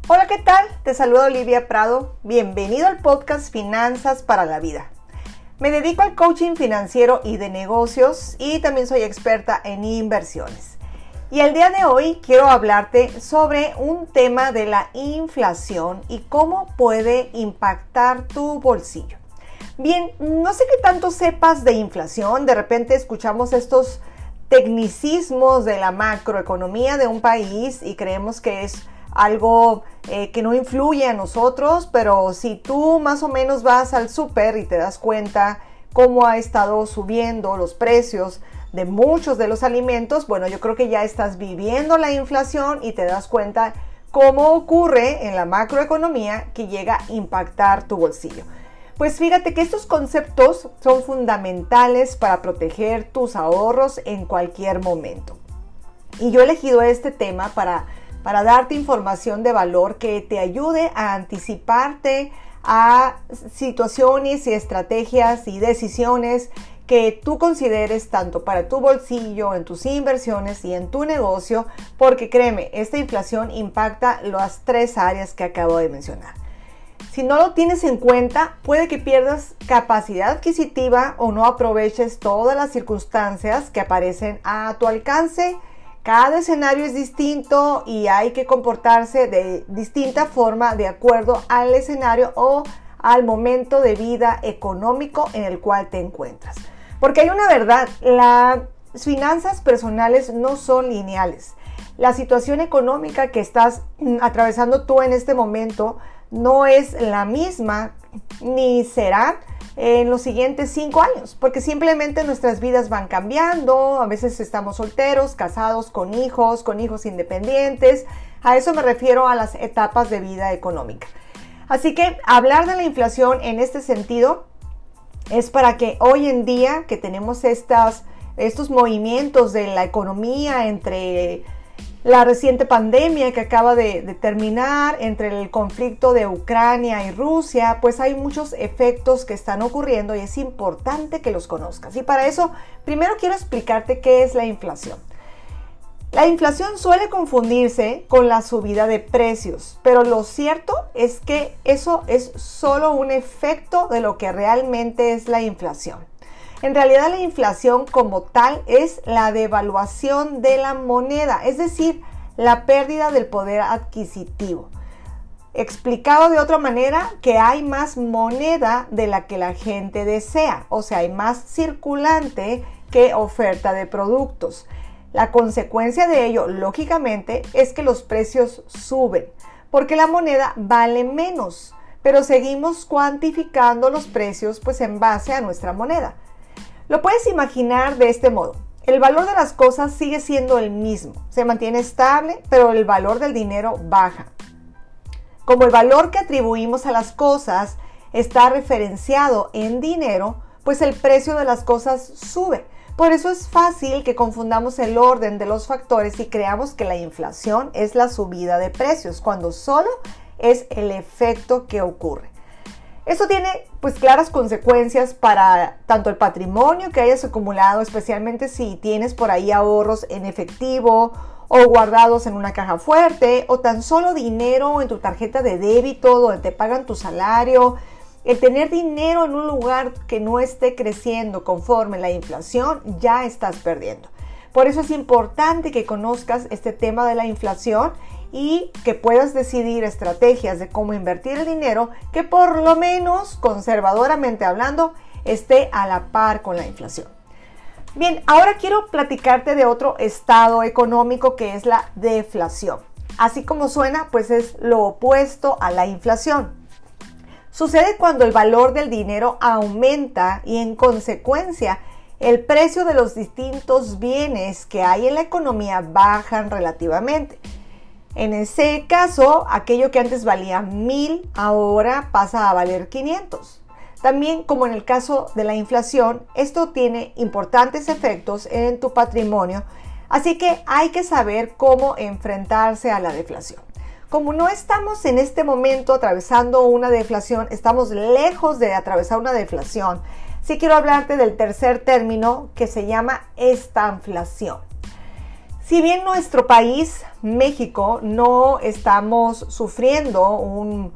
Hola, ¿qué tal? Te saluda Olivia Prado. Bienvenido al podcast Finanzas para la Vida. Me dedico al coaching financiero y de negocios y también soy experta en inversiones. Y el día de hoy quiero hablarte sobre un tema de la inflación y cómo puede impactar tu bolsillo. Bien, no sé qué tanto sepas de inflación. De repente escuchamos estos tecnicismos de la macroeconomía de un país y creemos que es algo que no influye a nosotros, pero si tú más o menos vas al súper y te das cuenta cómo ha estado subiendo los precios de muchos de los alimentos, bueno, yo creo que ya estás viviendo la inflación y te das cuenta cómo ocurre en la macroeconomía que llega a impactar tu bolsillo. Pues fíjate que estos conceptos son fundamentales para proteger tus ahorros en cualquier momento. Y yo he elegido este tema para darte información de valor que te ayude a anticiparte a situaciones y estrategias y decisiones que tú consideres tanto para tu bolsillo, en tus inversiones y en tu negocio, porque créeme, esta inflación impacta las tres áreas que acabo de mencionar. Si no lo tienes en cuenta, puede que pierdas capacidad adquisitiva o no aproveches todas las circunstancias que aparecen a tu alcance. Cada escenario es distinto y hay que comportarse de distinta forma de acuerdo al escenario o al momento de vida económico en el cual te encuentras. Porque hay una verdad, las finanzas personales no son lineales. La situación económica que estás atravesando tú en este momento no es la misma ni será en los siguientes 5 años, porque simplemente nuestras vidas van cambiando. A veces estamos solteros, casados, con hijos independientes. A eso me refiero a las etapas de vida económica. Así que hablar de la inflación en este sentido es para que hoy en día que tenemos estos movimientos de la economía entre la reciente pandemia que acaba de terminar, entre el conflicto de Ucrania y Rusia, pues hay muchos efectos que están ocurriendo y es importante que los conozcas. Y para eso, primero quiero explicarte qué es la inflación. La inflación suele confundirse con la subida de precios, pero lo cierto es que eso es solo un efecto de lo que realmente es la inflación. En realidad la inflación como tal es la devaluación de la moneda, es decir, la pérdida del poder adquisitivo. Explicado de otra manera, que hay más moneda de la que la gente desea, o sea, hay más circulante que oferta de productos. La consecuencia de ello, lógicamente, es que los precios suben, porque la moneda vale menos, pero seguimos cuantificando los precios pues en base a nuestra moneda. Lo puedes imaginar de este modo. El valor de las cosas sigue siendo el mismo, se mantiene estable, pero el valor del dinero baja. Como el valor que atribuimos a las cosas está referenciado en dinero, pues el precio de las cosas sube. Por eso es fácil que confundamos el orden de los factores y creamos que la inflación es la subida de precios, cuando solo es el efecto que ocurre. Esto tiene pues claras consecuencias para tanto el patrimonio que hayas acumulado, especialmente si tienes por ahí ahorros en efectivo o guardados en una caja fuerte o tan solo dinero en tu tarjeta de débito donde te pagan tu salario. El tener dinero en un lugar que no esté creciendo conforme la inflación, ya estás perdiendo. Por eso es importante que conozcas este tema de la inflación y que puedas decidir estrategias de cómo invertir el dinero que por lo menos, conservadoramente hablando, esté a la par con la inflación. Bien, ahora quiero platicarte de otro estado económico que es la deflación. Así como suena, pues es lo opuesto a la inflación. Sucede cuando el valor del dinero aumenta y en consecuencia el precio de los distintos bienes que hay en la economía bajan relativamente. En ese caso, aquello que antes valía 1,000 ahora pasa a valer 500. También, como en el caso de la inflación, esto tiene importantes efectos en tu patrimonio, así que hay que saber cómo enfrentarse a la deflación. Como no estamos en este momento atravesando una deflación, estamos lejos de atravesar una deflación, sí quiero hablarte del tercer término que se llama estanflación. Si bien nuestro país, México, no estamos sufriendo un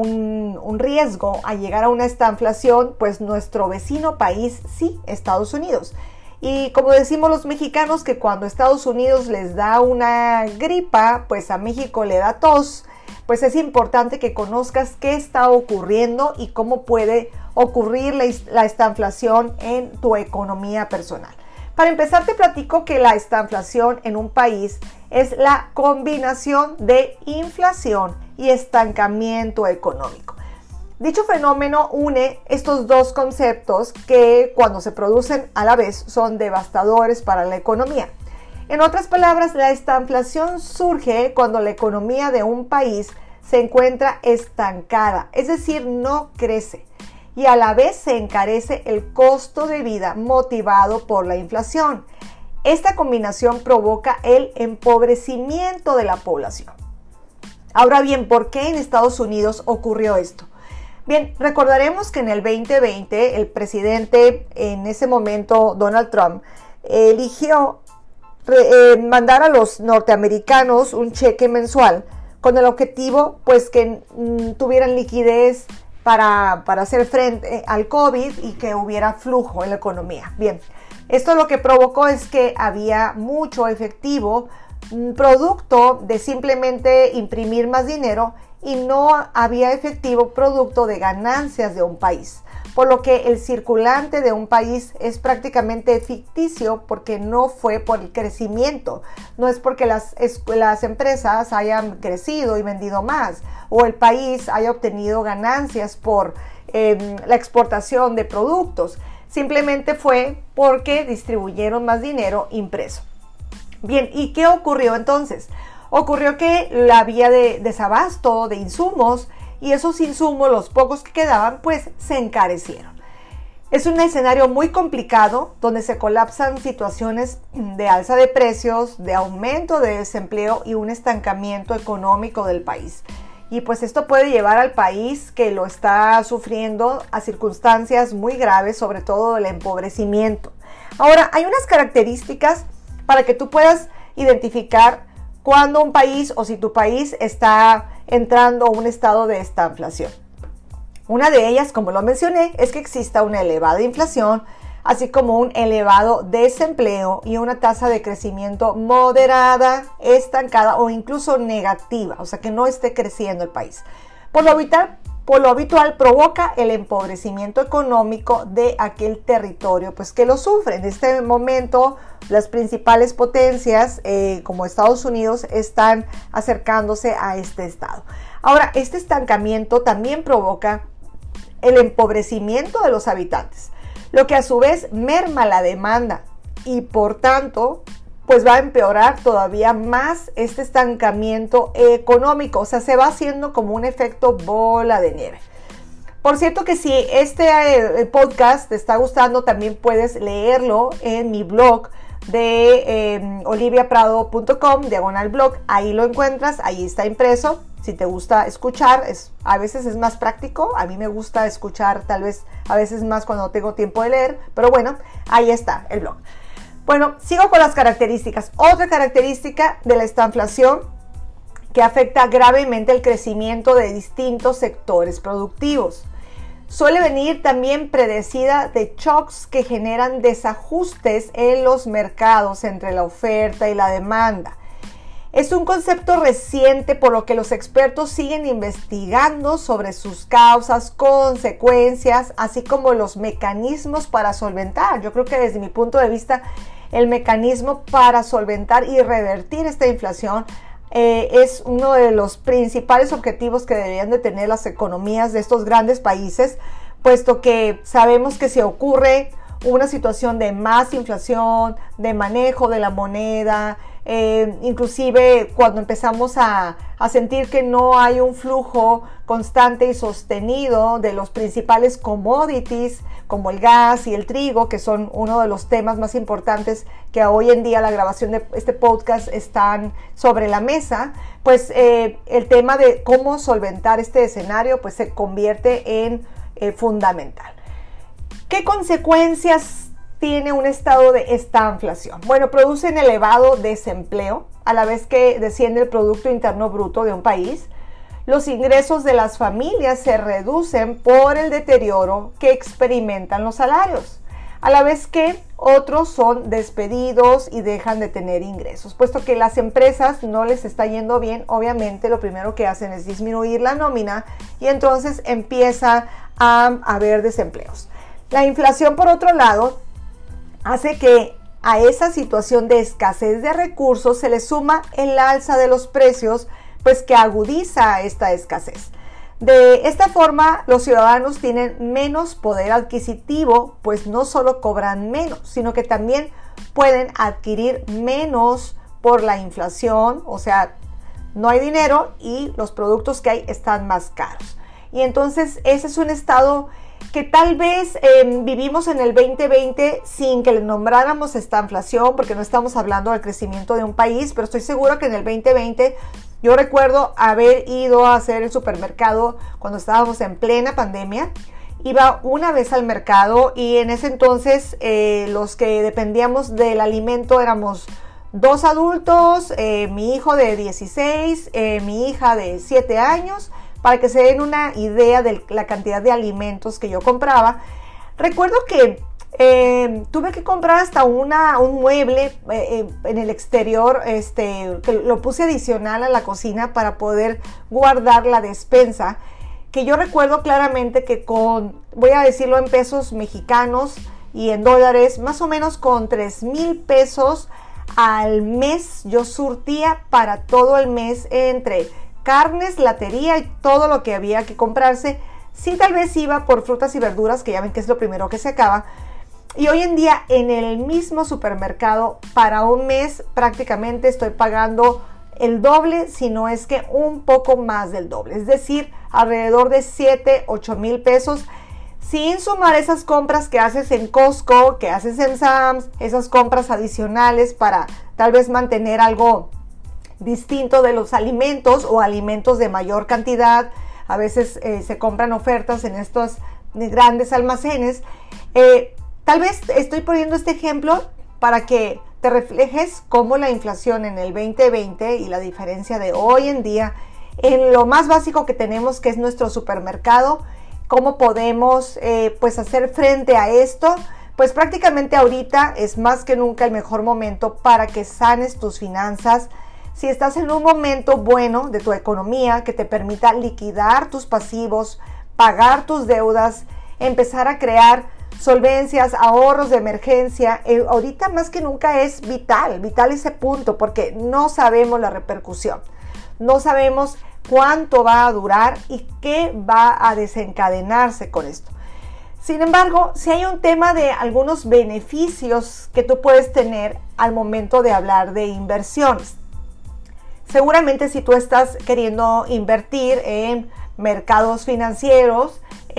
riesgo a llegar a una estanflación, pues nuestro vecino país sí, Estados Unidos. Y como decimos los mexicanos, que cuando Estados Unidos les da una gripa, pues a México le da tos, pues es importante que conozcas qué está ocurriendo y cómo puede ocurrir la estanflación en tu economía personal. Para empezar, te platico que la estanflación en un país es la combinación de inflación y estancamiento económico. Dicho fenómeno une estos dos conceptos que, cuando se producen a la vez, son devastadores para la economía. En otras palabras, la estanflación surge cuando la economía de un país se encuentra estancada, es decir, no crece, y a la vez se encarece el costo de vida motivado por la inflación. Esta combinación provoca el empobrecimiento de la población. Ahora bien, ¿por qué en Estados Unidos ocurrió esto? Bien, recordaremos que en el 2020 el presidente, en ese momento Donald Trump, eligió mandar a los norteamericanos un cheque mensual con el objetivo pues que tuvieran liquidez para hacer frente al COVID y que hubiera flujo en la economía. Bien, esto lo que provocó es que había mucho efectivo, producto de simplemente imprimir más dinero, y no había efectivo producto de ganancias de un país. Por lo que el circulante de un país es prácticamente ficticio, porque no fue por el crecimiento, no es porque las empresas hayan crecido y vendido más, o el país haya obtenido ganancias por la exportación de productos, simplemente fue porque distribuyeron más dinero impreso. Bien, ¿y qué ocurrió entonces? Ocurrió que había desabasto de insumos, y esos insumos, los pocos que quedaban, pues se encarecieron. Es un escenario muy complicado donde se colapsan situaciones de alza de precios, de aumento de desempleo y un estancamiento económico del país. Y pues esto puede llevar al país, que lo está sufriendo, a circunstancias muy graves, sobre todo el empobrecimiento. Ahora, hay unas características para que tú puedas identificar cuando un país, o si tu país está entrando a un estado de estanflación. Una de ellas, como lo mencioné, es que exista una elevada inflación, así como un elevado desempleo y una tasa de crecimiento moderada, estancada o incluso negativa, o sea, que no esté creciendo el país. Por lo habitual provoca el empobrecimiento económico de aquel territorio pues que lo sufre. En este momento las principales potencias como Estados Unidos están acercándose a este estado. Ahora, este estancamiento también provoca el empobrecimiento de los habitantes, lo que a su vez merma la demanda y por tanto pues va a empeorar todavía más este estancamiento económico. O sea, se va haciendo como un efecto bola de nieve. Por cierto que si este podcast te está gustando, también puedes leerlo en mi blog de oliviaprado.com/blog. Ahí lo encuentras, ahí está impreso. Si te gusta escuchar, a veces es más práctico. A mí me gusta escuchar tal vez a veces más cuando no tengo tiempo de leer. Pero bueno, ahí está el blog. Bueno, sigo con las características. Otra característica de la estanflación que afecta gravemente el crecimiento de distintos sectores productivos. Suele venir también predecida de shocks que generan desajustes en los mercados entre la oferta y la demanda. Es un concepto reciente, por lo que los expertos siguen investigando sobre sus causas, consecuencias, así como los mecanismos para solventar. Yo creo que desde mi punto de vista, el mecanismo para solventar y revertir esta inflación es uno de los principales objetivos que deberían de tener las economías de estos grandes países, puesto que sabemos que si ocurre una situación de más inflación, de manejo de la moneda, inclusive cuando empezamos a sentir que no hay un flujo constante y sostenido de los principales commodities como el gas y el trigo, que son uno de los temas más importantes que hoy en día la grabación de este podcast están sobre la mesa, pues el tema de cómo solventar este escenario pues se convierte en fundamental. ¿Qué consecuencias tiene un estado de estanflación. Bueno, producen elevado desempleo, a la vez que desciende el Producto Interno Bruto de un país. Los ingresos de las familias se reducen por el deterioro que experimentan los salarios, a la vez que otros son despedidos y dejan de tener ingresos. Puesto que las empresas no les está yendo bien, obviamente lo primero que hacen es disminuir la nómina y entonces empieza a haber desempleos. La inflación, por otro lado, hace que a esa situación de escasez de recursos se le suma el alza de los precios, pues que agudiza esta escasez. De esta forma, los ciudadanos tienen menos poder adquisitivo, pues no solo cobran menos, sino que también pueden adquirir menos por la inflación, o sea, no hay dinero y los productos que hay están más caros. Y entonces ese es un estado que tal vez vivimos en el 2020 sin que le nombráramos estanflación, porque no estamos hablando del crecimiento de un país, pero estoy seguro que en el 2020 yo recuerdo haber ido a hacer el supermercado cuando estábamos en plena pandemia. Iba una vez al mercado y en ese entonces los que dependíamos del alimento éramos 2 adultos, mi hijo de 16, mi hija de 7 años, para que se den una idea de la cantidad de alimentos que yo compraba. Recuerdo que tuve que comprar hasta un mueble en el exterior, que lo puse adicional a la cocina para poder guardar la despensa, que yo recuerdo claramente que voy a decirlo en pesos mexicanos y en dólares, más o menos con 3,000 pesos al mes yo surtía para todo el mes entre carnes, latería y todo lo que había que comprarse. Sí, tal vez iba por frutas y verduras, que ya ven que es lo primero que se acaba. Y hoy en día en el mismo supermercado para un mes prácticamente estoy pagando el doble, si no es que un poco más del doble. Es decir, alrededor de 7-8 mil pesos, sin sumar esas compras que haces en Costco, que haces en Sam's, esas compras adicionales para tal vez mantener algo distinto de los alimentos o alimentos de mayor cantidad. A veces se compran ofertas en estos grandes almacenes. Tal vez estoy poniendo este ejemplo para que te reflejes cómo la inflación en el 2020 y la diferencia de hoy en día en lo más básico que tenemos, que es nuestro supermercado, cómo podemos pues hacer frente a esto. Pues prácticamente ahorita es más que nunca el mejor momento para que sanes tus finanzas. Si estás en un momento bueno de tu economía que te permita liquidar tus pasivos, pagar tus deudas, empezar a crear solvencias, ahorros de emergencia, ahorita más que nunca es vital ese punto, porque no sabemos la repercusión, no sabemos cuánto va a durar y qué va a desencadenarse con esto. Sin embargo, si hay un tema de algunos beneficios que tú puedes tener al momento de hablar de inversiones. Seguramente si tú estás queriendo invertir en mercados financieros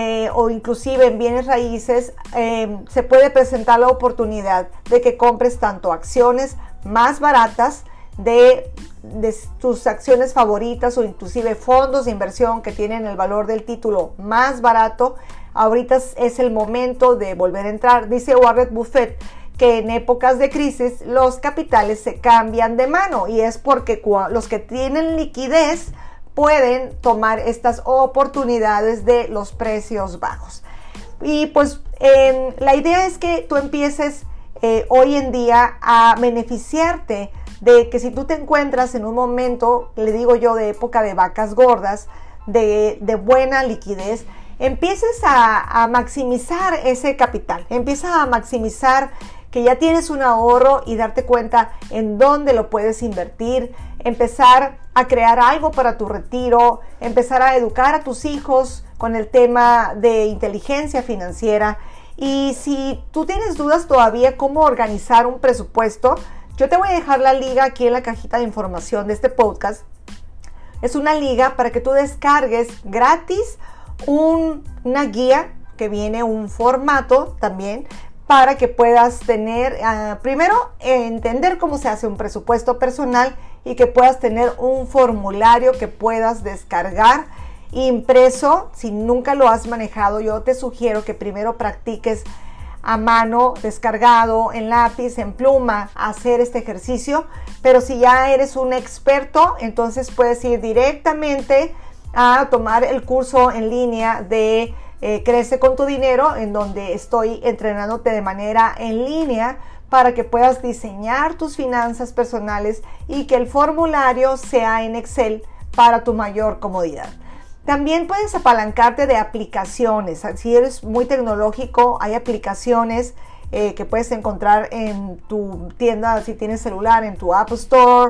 o inclusive en bienes raíces, se puede presentar la oportunidad de que compres tanto acciones más baratas de tus acciones favoritas o inclusive fondos de inversión que tienen el valor del título más barato. Ahorita es el momento de volver a entrar. Dice Warren Buffett que en épocas de crisis los capitales se cambian de mano, y es porque los que tienen liquidez pueden tomar estas oportunidades de los precios bajos. Y pues la idea es que tú empieces hoy en día a beneficiarte de que si tú te encuentras en un momento, le digo yo, de época de vacas gordas, de buena liquidez, empieces a maximizar ese capital, empieza a maximizar que ya tienes un ahorro y darte cuenta en dónde lo puedes invertir, empezar a crear algo para tu retiro, empezar a educar a tus hijos con el tema de inteligencia financiera. Y si tú tienes dudas todavía cómo organizar un presupuesto, yo te voy a dejar la liga aquí en la cajita de información de este podcast. Es una liga para que tú descargues gratis una guía que viene un formato también para que puedas tener, primero, entender cómo se hace un presupuesto personal y que puedas tener un formulario que puedas descargar impreso. Si nunca lo has manejado, yo te sugiero que primero practiques a mano, descargado, en lápiz, en pluma, hacer este ejercicio. Pero si ya eres un experto, entonces puedes ir directamente a tomar el curso en línea de Crece con tu dinero, en donde estoy entrenándote de manera en línea para que puedas diseñar tus finanzas personales y que el formulario sea en Excel para tu mayor comodidad. También puedes apalancarte de aplicaciones. Si eres muy tecnológico, hay aplicaciones que puedes encontrar en tu tienda, si tienes celular, en tu App Store,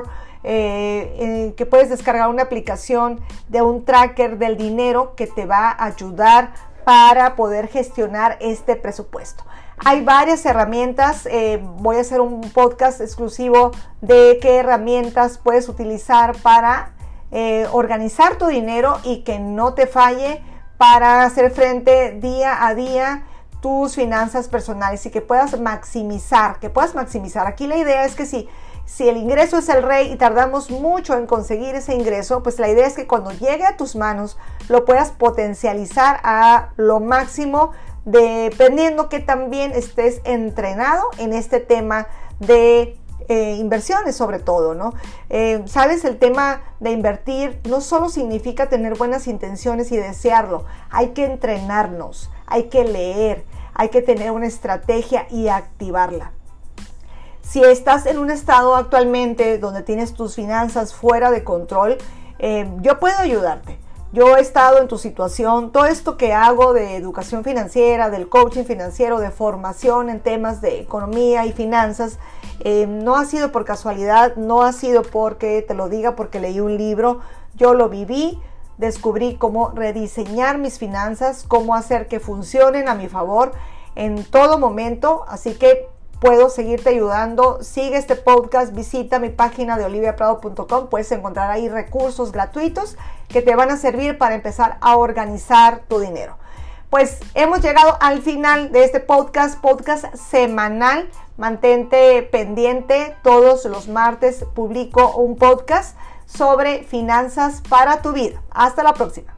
que puedes descargar una aplicación de un tracker del dinero que te va a ayudar para poder gestionar este presupuesto. Hay varias herramientas, voy a hacer un podcast exclusivo de qué herramientas puedes utilizar para organizar tu dinero y que no te falle, para hacer frente día a día tus finanzas personales y que puedas maximizar. Aquí la idea es que si el ingreso es el rey y tardamos mucho en conseguir ese ingreso, pues la idea es que cuando llegue a tus manos lo puedas potencializar a lo máximo, dependiendo que también estés entrenado en este tema de inversiones, sobre todo, ¿no? Sabes, el tema de invertir no solo significa tener buenas intenciones y desearlo, hay que entrenarnos, hay que leer, hay que tener una estrategia y activarla. Si estás en un estado actualmente donde tienes tus finanzas fuera de control, yo puedo ayudarte. Yo he estado en tu situación. Todo esto que hago de educación financiera, del coaching financiero, de formación en temas de economía y finanzas, no ha sido por casualidad, no ha sido porque te lo diga porque leí un libro. Yo lo viví, descubrí cómo rediseñar mis finanzas, cómo hacer que funcionen a mi favor en todo momento. Así que puedo seguirte ayudando. Sigue este podcast, visita mi página de oliviaprado.com. Puedes encontrar ahí recursos gratuitos que te van a servir para empezar a organizar tu dinero. Pues hemos llegado al final de este podcast semanal. Mantente pendiente, todos los martes publico un podcast sobre finanzas para tu vida. Hasta la próxima.